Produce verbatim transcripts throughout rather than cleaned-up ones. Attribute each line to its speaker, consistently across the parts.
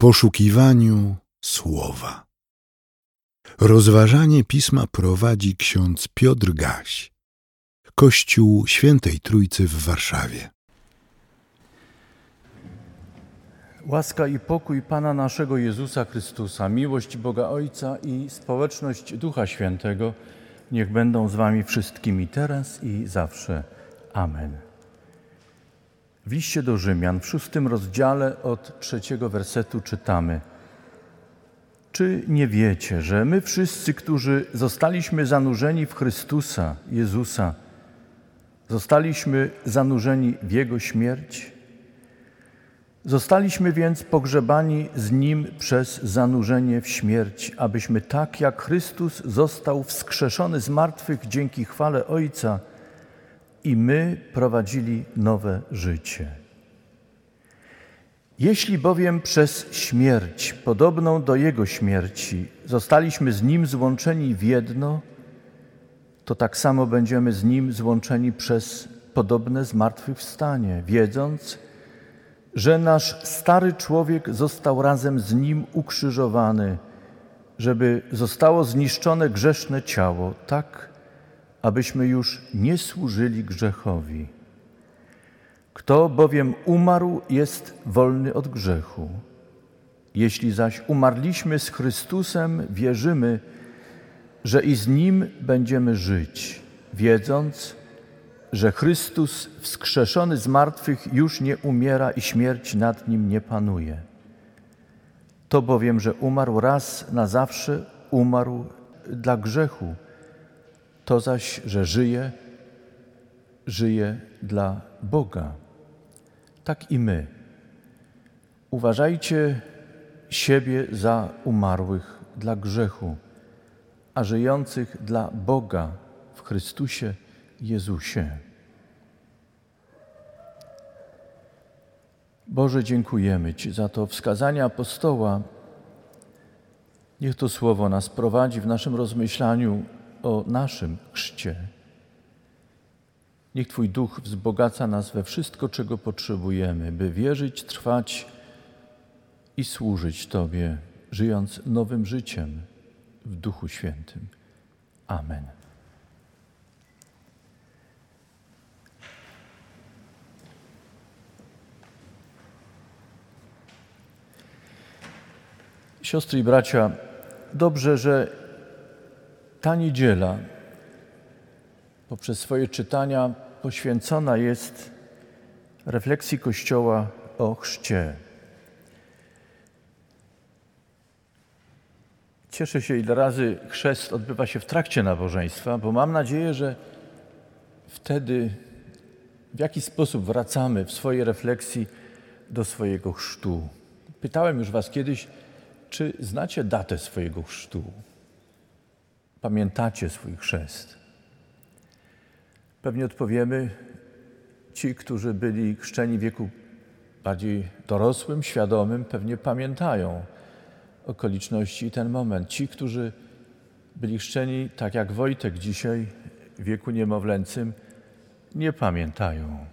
Speaker 1: poszukiwaniu słowa. Rozważanie pisma prowadzi ksiądz Piotr Gaś, Kościół Świętej Trójcy w Warszawie.
Speaker 2: Łaska i pokój Pana naszego Jezusa Chrystusa, miłość Boga Ojca i społeczność Ducha Świętego niech będą z wami wszystkimi teraz i zawsze. Amen. W liście do Rzymian w szóstym rozdziale od trzeciego wersetu czytamy: Czy nie wiecie, że my wszyscy, którzy zostaliśmy zanurzeni w Chrystusa Jezusa, zostaliśmy zanurzeni w Jego śmierć? Zostaliśmy więc pogrzebani z Nim przez zanurzenie w śmierć, abyśmy tak jak Chrystus został wskrzeszony z martwych dzięki chwale Ojca, i my prowadzili nowe życie. Jeśli bowiem przez śmierć podobną do Jego śmierci zostaliśmy z Nim złączeni w jedno, to tak samo będziemy z Nim złączeni przez podobne zmartwychwstanie, wiedząc, że nasz stary człowiek został razem z Nim ukrzyżowany, żeby zostało zniszczone grzeszne ciało, tak abyśmy już nie służyli grzechowi. Kto bowiem umarł, jest wolny od grzechu. Jeśli zaś umarliśmy z Chrystusem, wierzymy, że i z Nim będziemy żyć, wiedząc, że Chrystus wskrzeszony z martwych już nie umiera i śmierć nad Nim nie panuje. To bowiem, że umarł raz na zawsze, umarł dla grzechu, to zaś, że żyje, żyje dla Boga. Tak i my. Uważajcie siebie za umarłych dla grzechu, a żyjących dla Boga w Chrystusie Jezusie. Boże, dziękujemy Ci za to wskazanie apostoła. Niech to słowo nas prowadzi w naszym rozmyślaniu o naszym chrzcie. Niech Twój Duch wzbogaca nas we wszystko, czego potrzebujemy, by wierzyć, trwać i służyć Tobie, żyjąc nowym życiem w Duchu Świętym. Amen. Siostry i bracia, dobrze, że ta niedziela poprzez swoje czytania poświęcona jest refleksji Kościoła o chrzcie. Cieszę się, ile razy chrzest odbywa się w trakcie nabożeństwa, bo mam nadzieję, że wtedy w jakiś sposób wracamy w swojej refleksji do swojego chrztu. Pytałem już was kiedyś, czy znacie datę swojego chrztu? Pamiętacie swój chrzest? Pewnie odpowiemy, ci, którzy byli chrzczeni w wieku bardziej dorosłym, świadomym, pewnie pamiętają okoliczności i ten moment. Ci, którzy byli chrzczeni, tak jak Wojtek dzisiaj, w wieku niemowlęcym, nie pamiętają.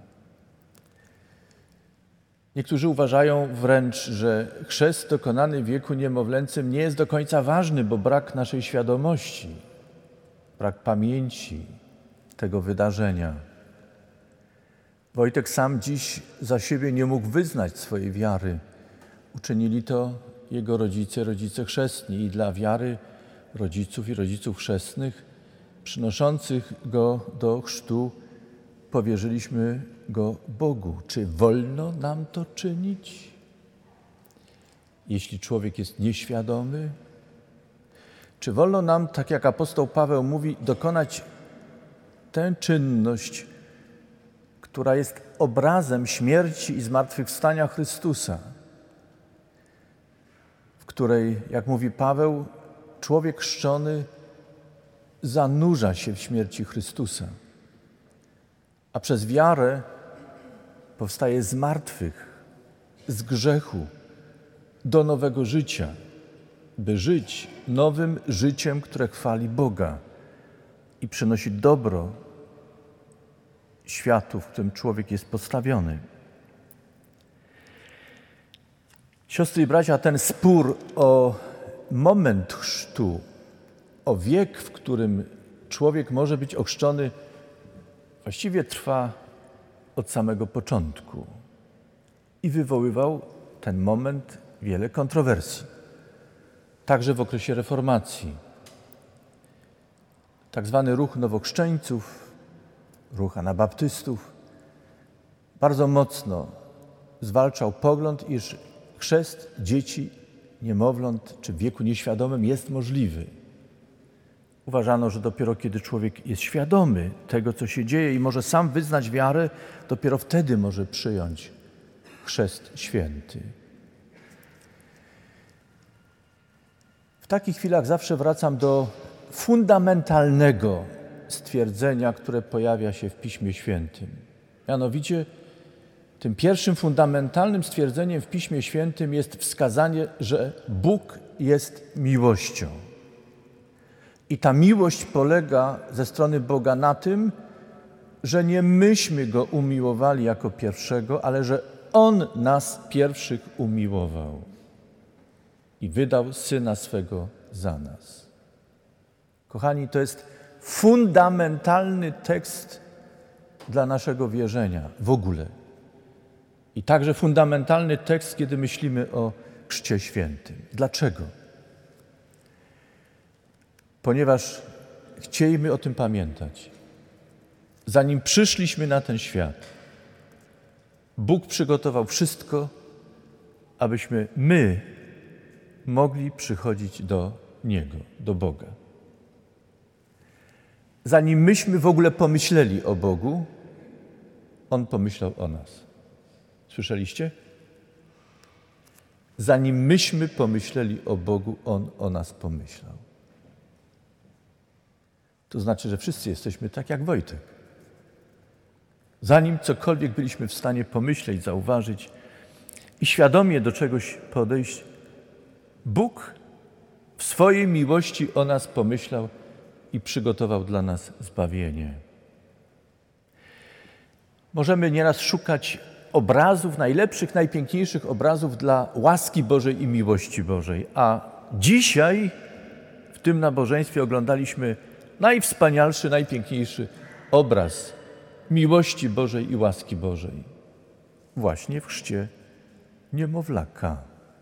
Speaker 2: Niektórzy uważają wręcz, że chrzest dokonany w wieku niemowlęcym nie jest do końca ważny, bo brak naszej świadomości, brak pamięci tego wydarzenia. Wojtek sam dziś za siebie nie mógł wyznać swojej wiary. Uczynili to jego rodzice, rodzice chrzestni i dla wiary rodziców i rodziców chrzestnych przynoszących go do chrztu powierzyliśmy go Bogu. Czy wolno nam to czynić? Jeśli człowiek jest nieświadomy? Czy wolno nam, tak jak apostoł Paweł mówi, dokonać tę czynność, która jest obrazem śmierci i zmartwychwstania Chrystusa, w której, jak mówi Paweł, człowiek chrzczony zanurza się w śmierci Chrystusa, a przez wiarę powstaje z martwych, z grzechu do nowego życia, by żyć nowym życiem, które chwali Boga i przynosi dobro światu, w którym człowiek jest postawiony. Siostry i bracia, ten spór o moment chrztu, o wiek, w którym człowiek może być ochrzczony, właściwie trwa od samego początku i wywoływał ten moment wiele kontrowersji. Także w okresie reformacji. Tak zwany ruch nowochrzczeńców, ruch anabaptystów bardzo mocno zwalczał pogląd, iż chrzest dzieci, niemowląt czy w wieku nieświadomym jest możliwy. Uważano, że dopiero kiedy człowiek jest świadomy tego, co się dzieje i może sam wyznać wiarę, dopiero wtedy może przyjąć chrzest święty. W takich chwilach zawsze wracam do fundamentalnego stwierdzenia, które pojawia się w Piśmie Świętym. Mianowicie tym pierwszym fundamentalnym stwierdzeniem w Piśmie Świętym jest wskazanie, że Bóg jest miłością. I ta miłość polega ze strony Boga na tym, że nie myśmy Go umiłowali jako pierwszego, ale że On nas pierwszych umiłował i wydał Syna swego za nas. Kochani, to jest fundamentalny tekst dla naszego wierzenia w ogóle. I także fundamentalny tekst, kiedy myślimy o Chrzcie Świętym. Dlaczego? Ponieważ chcielibyśmy o tym pamiętać. Zanim przyszliśmy na ten świat, Bóg przygotował wszystko, abyśmy my mogli przychodzić do Niego, do Boga. Zanim myśmy w ogóle pomyśleli o Bogu, On pomyślał o nas. Słyszeliście? Zanim myśmy pomyśleli o Bogu, On o nas pomyślał. To znaczy, że wszyscy jesteśmy tak jak Wojtek. Zanim cokolwiek byliśmy w stanie pomyśleć, zauważyć i świadomie do czegoś podejść, Bóg w swojej miłości o nas pomyślał i przygotował dla nas zbawienie. Możemy nieraz szukać obrazów, najlepszych, najpiękniejszych obrazów dla łaski Bożej i miłości Bożej. A dzisiaj w tym nabożeństwie oglądaliśmy najwspanialszy, najpiękniejszy obraz miłości Bożej i łaski Bożej. Właśnie w chrzcie niemowlaka.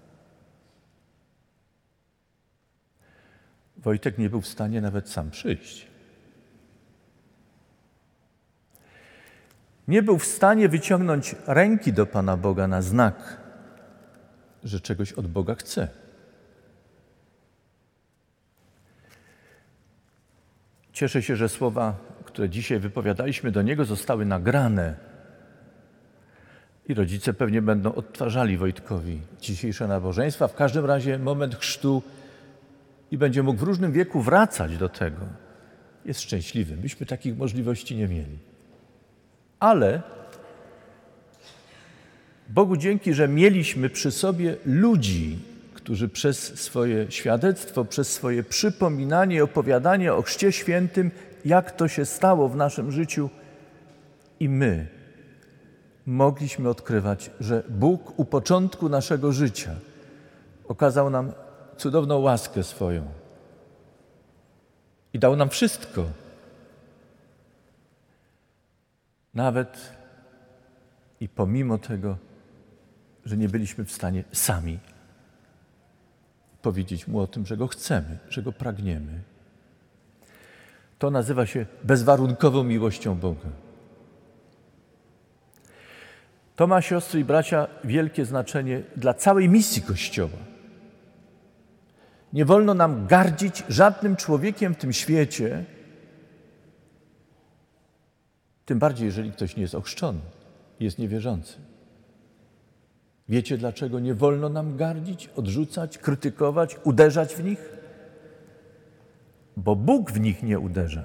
Speaker 2: Wojtek nie był w stanie nawet sam przyjść. Nie był w stanie wyciągnąć ręki do Pana Boga na znak, że czegoś od Boga chce. Cieszę się, że słowa, które dzisiaj wypowiadaliśmy do Niego, zostały nagrane i rodzice pewnie będą odtwarzali Wojtkowi dzisiejsze nabożeństwa. W każdym razie moment chrztu i będzie mógł w różnym wieku wracać do tego. Jest szczęśliwy. Myśmy takich możliwości nie mieli. Ale Bogu dzięki, że mieliśmy przy sobie ludzi, którzy przez swoje świadectwo, przez swoje przypominanie i opowiadanie o Chrzcie Świętym, jak to się stało w naszym życiu, i my mogliśmy odkrywać, że Bóg u początku naszego życia okazał nam cudowną łaskę swoją i dał nam wszystko. Nawet i pomimo tego, że nie byliśmy w stanie sami powiedzieć Mu o tym, że Go chcemy, że Go pragniemy. To nazywa się bezwarunkową miłością Boga. To ma, siostry i bracia, wielkie znaczenie dla całej misji Kościoła. Nie wolno nam gardzić żadnym człowiekiem w tym świecie, tym bardziej, jeżeli ktoś nie jest ochrzczony, jest niewierzący. Wiecie, dlaczego nie wolno nam gardzić, odrzucać, krytykować, uderzać w nich? Bo Bóg w nich nie uderza.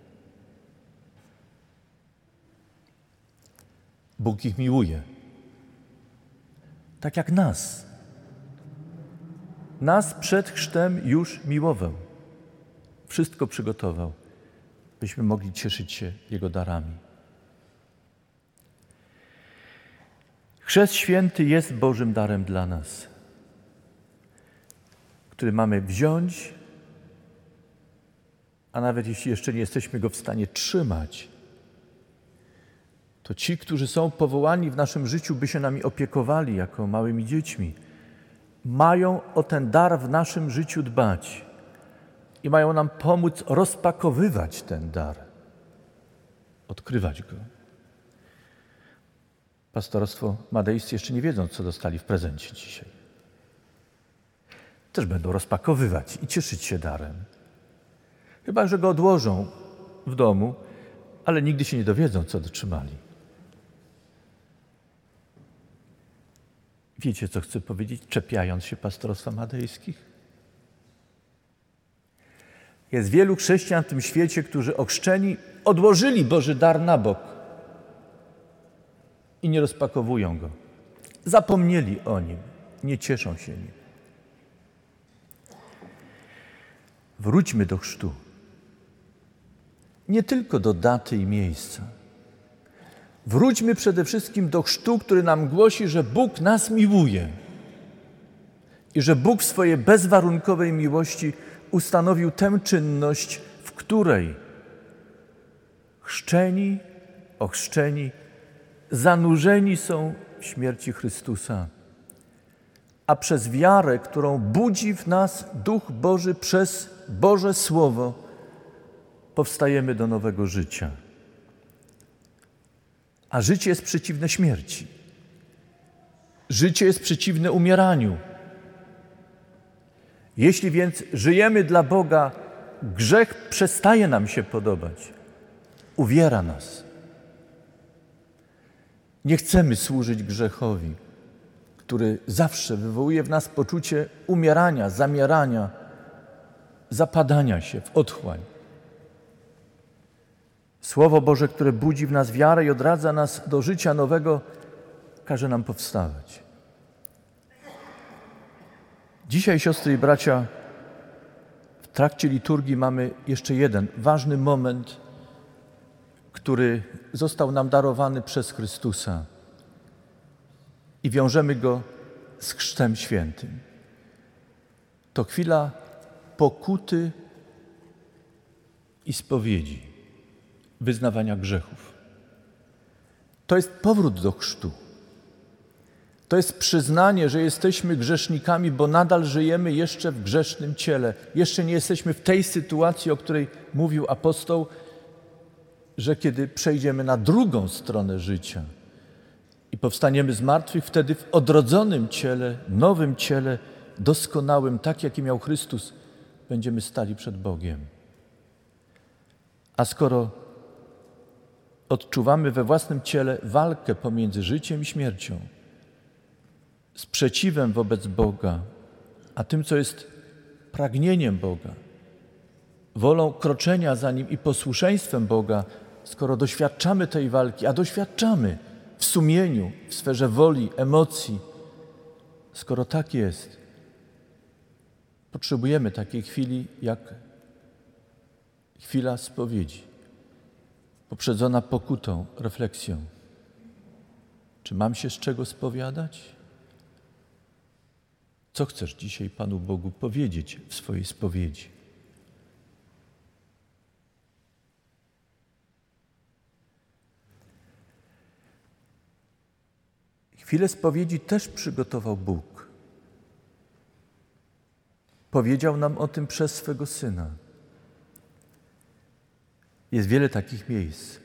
Speaker 2: Bóg ich miłuje. Tak jak nas. Nas przed chrztem już miłował. Wszystko przygotował, byśmy mogli cieszyć się Jego darami. Chrzest Święty jest Bożym darem dla nas. który mamy wziąć, a nawet jeśli jeszcze nie jesteśmy go w stanie trzymać, to ci, którzy są powołani w naszym życiu, by się nami opiekowali jako małymi dziećmi, mają o ten dar w naszym życiu dbać i mają nam pomóc rozpakowywać ten dar, odkrywać go. Pastorstwo madejscy jeszcze nie wiedzą, co dostali w prezencie dzisiaj. Też będą rozpakowywać i cieszyć się darem. Chyba że go odłożą w domu, ale nigdy się nie dowiedzą, co dotrzymali. Wiecie, co chcę powiedzieć, czepiając się pastorstwa madejskich? Jest wielu chrześcijan w tym świecie, którzy ochrzczeni odłożyli Boży dar na bok i nie rozpakowują go. Zapomnieli o nim, nie cieszą się nim. Wróćmy do chrztu. Nie tylko do daty i miejsca. Wróćmy przede wszystkim do chrztu, który nam głosi, że Bóg nas miłuje i że Bóg w swojej bezwarunkowej miłości ustanowił tę czynność, w której chrzczeni, ochrzczeni, zanurzeni są w śmierci Chrystusa, a przez wiarę, którą budzi w nas Duch Boży przez Boże Słowo, powstajemy do nowego życia. A życie jest przeciwne śmierci. Życie jest przeciwne umieraniu. Jeśli więc żyjemy dla Boga, grzech przestaje nam się podobać, uwiera nas. Nie chcemy służyć grzechowi, który zawsze wywołuje w nas poczucie umierania, zamierania, zapadania się w otchłań. Słowo Boże, które budzi w nas wiarę i odradza nas do życia nowego, każe nam powstawać. Dzisiaj, siostry i bracia, w trakcie liturgii mamy jeszcze jeden ważny moment, który został nam darowany przez Chrystusa i wiążemy go z Chrztem Świętym. To chwila pokuty i spowiedzi, wyznawania grzechów. To jest powrót do chrztu. To jest przyznanie, że jesteśmy grzesznikami, bo nadal żyjemy jeszcze w grzesznym ciele. Jeszcze nie jesteśmy w tej sytuacji, o której mówił apostoł, że kiedy przejdziemy na drugą stronę życia i powstaniemy z martwych, wtedy w odrodzonym ciele, nowym ciele, doskonałym, tak jaki miał Chrystus, będziemy stali przed Bogiem. A skoro odczuwamy we własnym ciele walkę pomiędzy życiem i śmiercią, sprzeciwem wobec Boga, a tym, co jest pragnieniem Boga, wolą kroczenia za Nim i posłuszeństwem Boga, skoro doświadczamy tej walki, a doświadczamy w sumieniu, w sferze woli, emocji, skoro tak jest, potrzebujemy takiej chwili jak chwila spowiedzi, poprzedzona pokutą, refleksją. Czy mam się z czego spowiadać? Co chcesz dzisiaj Panu Bogu powiedzieć w swojej spowiedzi? Chwilę spowiedzi też przygotował Bóg. Powiedział nam o tym przez swego Syna. Jest wiele takich miejsc.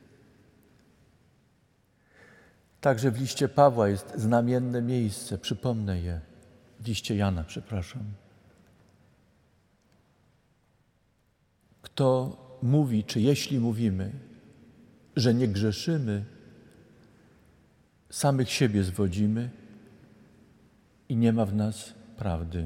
Speaker 2: Także w liście Pawła jest znamienne miejsce, przypomnę je. W liście Jana, przepraszam. Kto mówi, czy jeśli mówimy, że nie grzeszymy, samych siebie zwodzimy i nie ma w nas prawdy.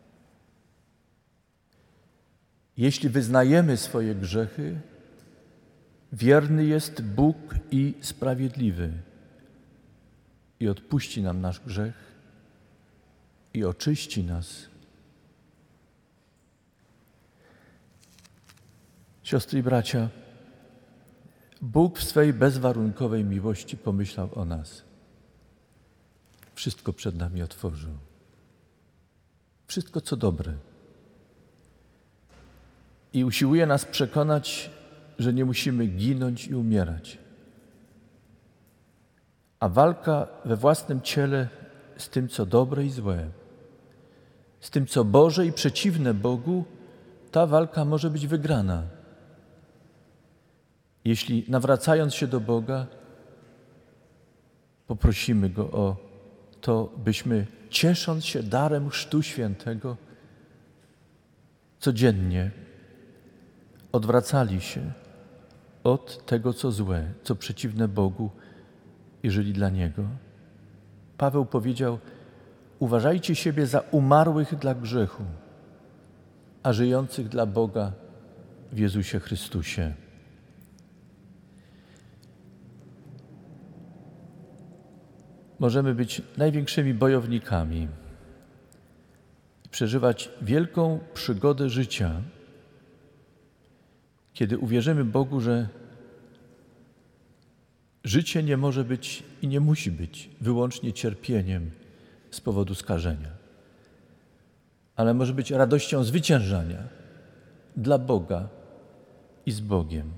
Speaker 2: Jeśli wyznajemy swoje grzechy, wierny jest Bóg i sprawiedliwy i odpuści nam nasz grzech i oczyści nas. Siostry i bracia, Bóg w swej bezwarunkowej miłości pomyślał o nas. Wszystko przed nami otworzył. wszystko co dobre. I usiłuje nas przekonać, że nie musimy ginąć i umierać. A walka we własnym ciele z tym, co dobre i złe, z tym, co Boże i przeciwne Bogu, ta walka może być wygrana. Jeśli nawracając się do Boga, poprosimy Go o to, byśmy, ciesząc się darem Chrztu Świętego, codziennie odwracali się od tego, co złe, co przeciwne Bogu i żyli dla Niego. Paweł powiedział: uważajcie siebie za umarłych dla grzechu, a żyjących dla Boga w Jezusie Chrystusie. Możemy być największymi bojownikami, przeżywać wielką przygodę życia, kiedy uwierzymy Bogu, że życie nie może być i nie musi być wyłącznie cierpieniem z powodu skażenia, ale może być radością zwyciężania dla Boga i z Bogiem.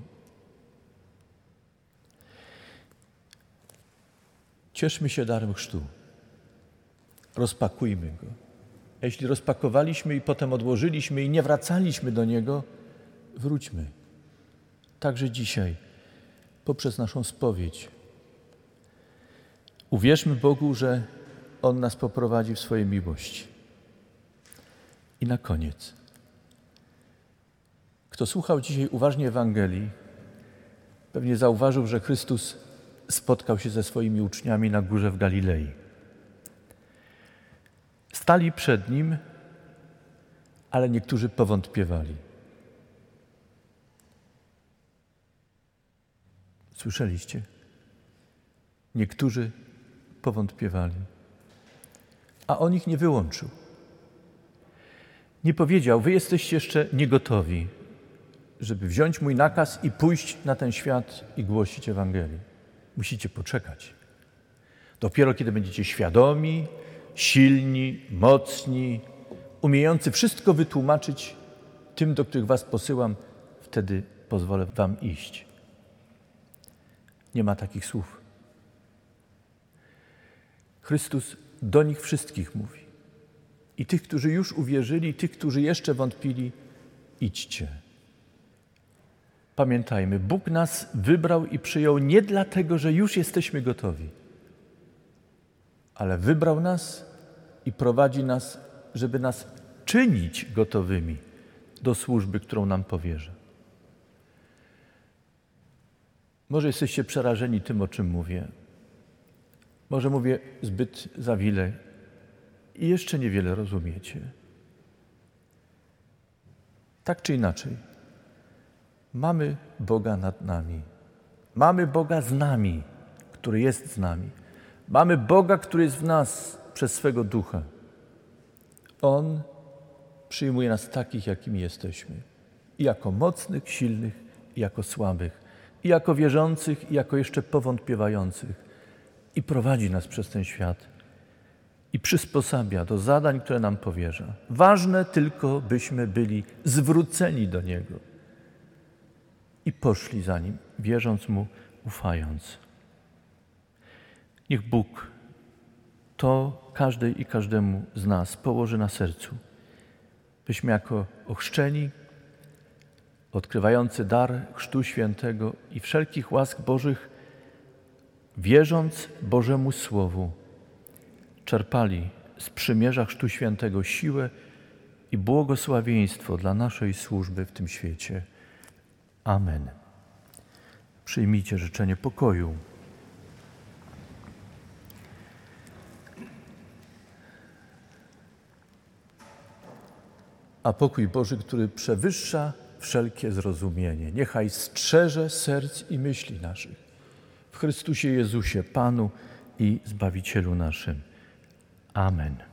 Speaker 2: Cieszmy się darem chrztu. Rozpakujmy go. A jeśli rozpakowaliśmy i potem odłożyliśmy i nie wracaliśmy do niego, wróćmy. Także dzisiaj, poprzez naszą spowiedź. Uwierzmy Bogu, że On nas poprowadzi w swojej miłości. I na koniec. Kto słuchał dzisiaj uważnie Ewangelii, pewnie zauważył, że Chrystus spotkał się ze swoimi uczniami na górze w Galilei. Stali przed Nim, ale niektórzy powątpiewali. Słyszeliście? Niektórzy powątpiewali, a On ich nie wyłączył. Nie powiedział: wy jesteście jeszcze niegotowi, żeby wziąć mój nakaz i pójść na ten świat i głosić Ewangelię. Musicie poczekać. Dopiero kiedy będziecie świadomi, silni, mocni, umiejący wszystko wytłumaczyć tym, do których was posyłam, wtedy pozwolę wam iść. Nie ma takich słów. Chrystus do nich wszystkich mówi. I tych, którzy już uwierzyli, i tych, którzy jeszcze wątpili, idźcie. Pamiętajmy, Bóg nas wybrał i przyjął nie dlatego, że już jesteśmy gotowi, ale wybrał nas i prowadzi nas, żeby nas czynić gotowymi do służby, którą nam powierza. Może jesteście przerażeni tym, o czym mówię. Może mówię zbyt zawile i jeszcze niewiele rozumiecie. Tak czy inaczej, mamy Boga nad nami. Mamy Boga z nami, który jest z nami. Mamy Boga, który jest w nas przez swego Ducha. On przyjmuje nas takich, jakimi jesteśmy. I jako mocnych, silnych, i jako słabych, i jako wierzących, i jako jeszcze powątpiewających. I prowadzi nas przez ten świat. I przysposabia do zadań, które nam powierza. Ważne tylko, byśmy byli zwróceni do Niego i poszli za Nim, wierząc Mu, ufając. Niech Bóg to każdej i każdemu z nas położy na sercu, byśmy jako ochrzczeni, odkrywający dar Chrztu Świętego i wszelkich łask Bożych, wierząc Bożemu Słowu, czerpali z przymierza Chrztu Świętego siłę i błogosławieństwo dla naszej służby w tym świecie. Amen. Przyjmijcie życzenie pokoju. A pokój Boży, który przewyższa wszelkie zrozumienie, niechaj strzeże serc i myśli naszych w Chrystusie Jezusie, Panu i Zbawicielu naszym. Amen.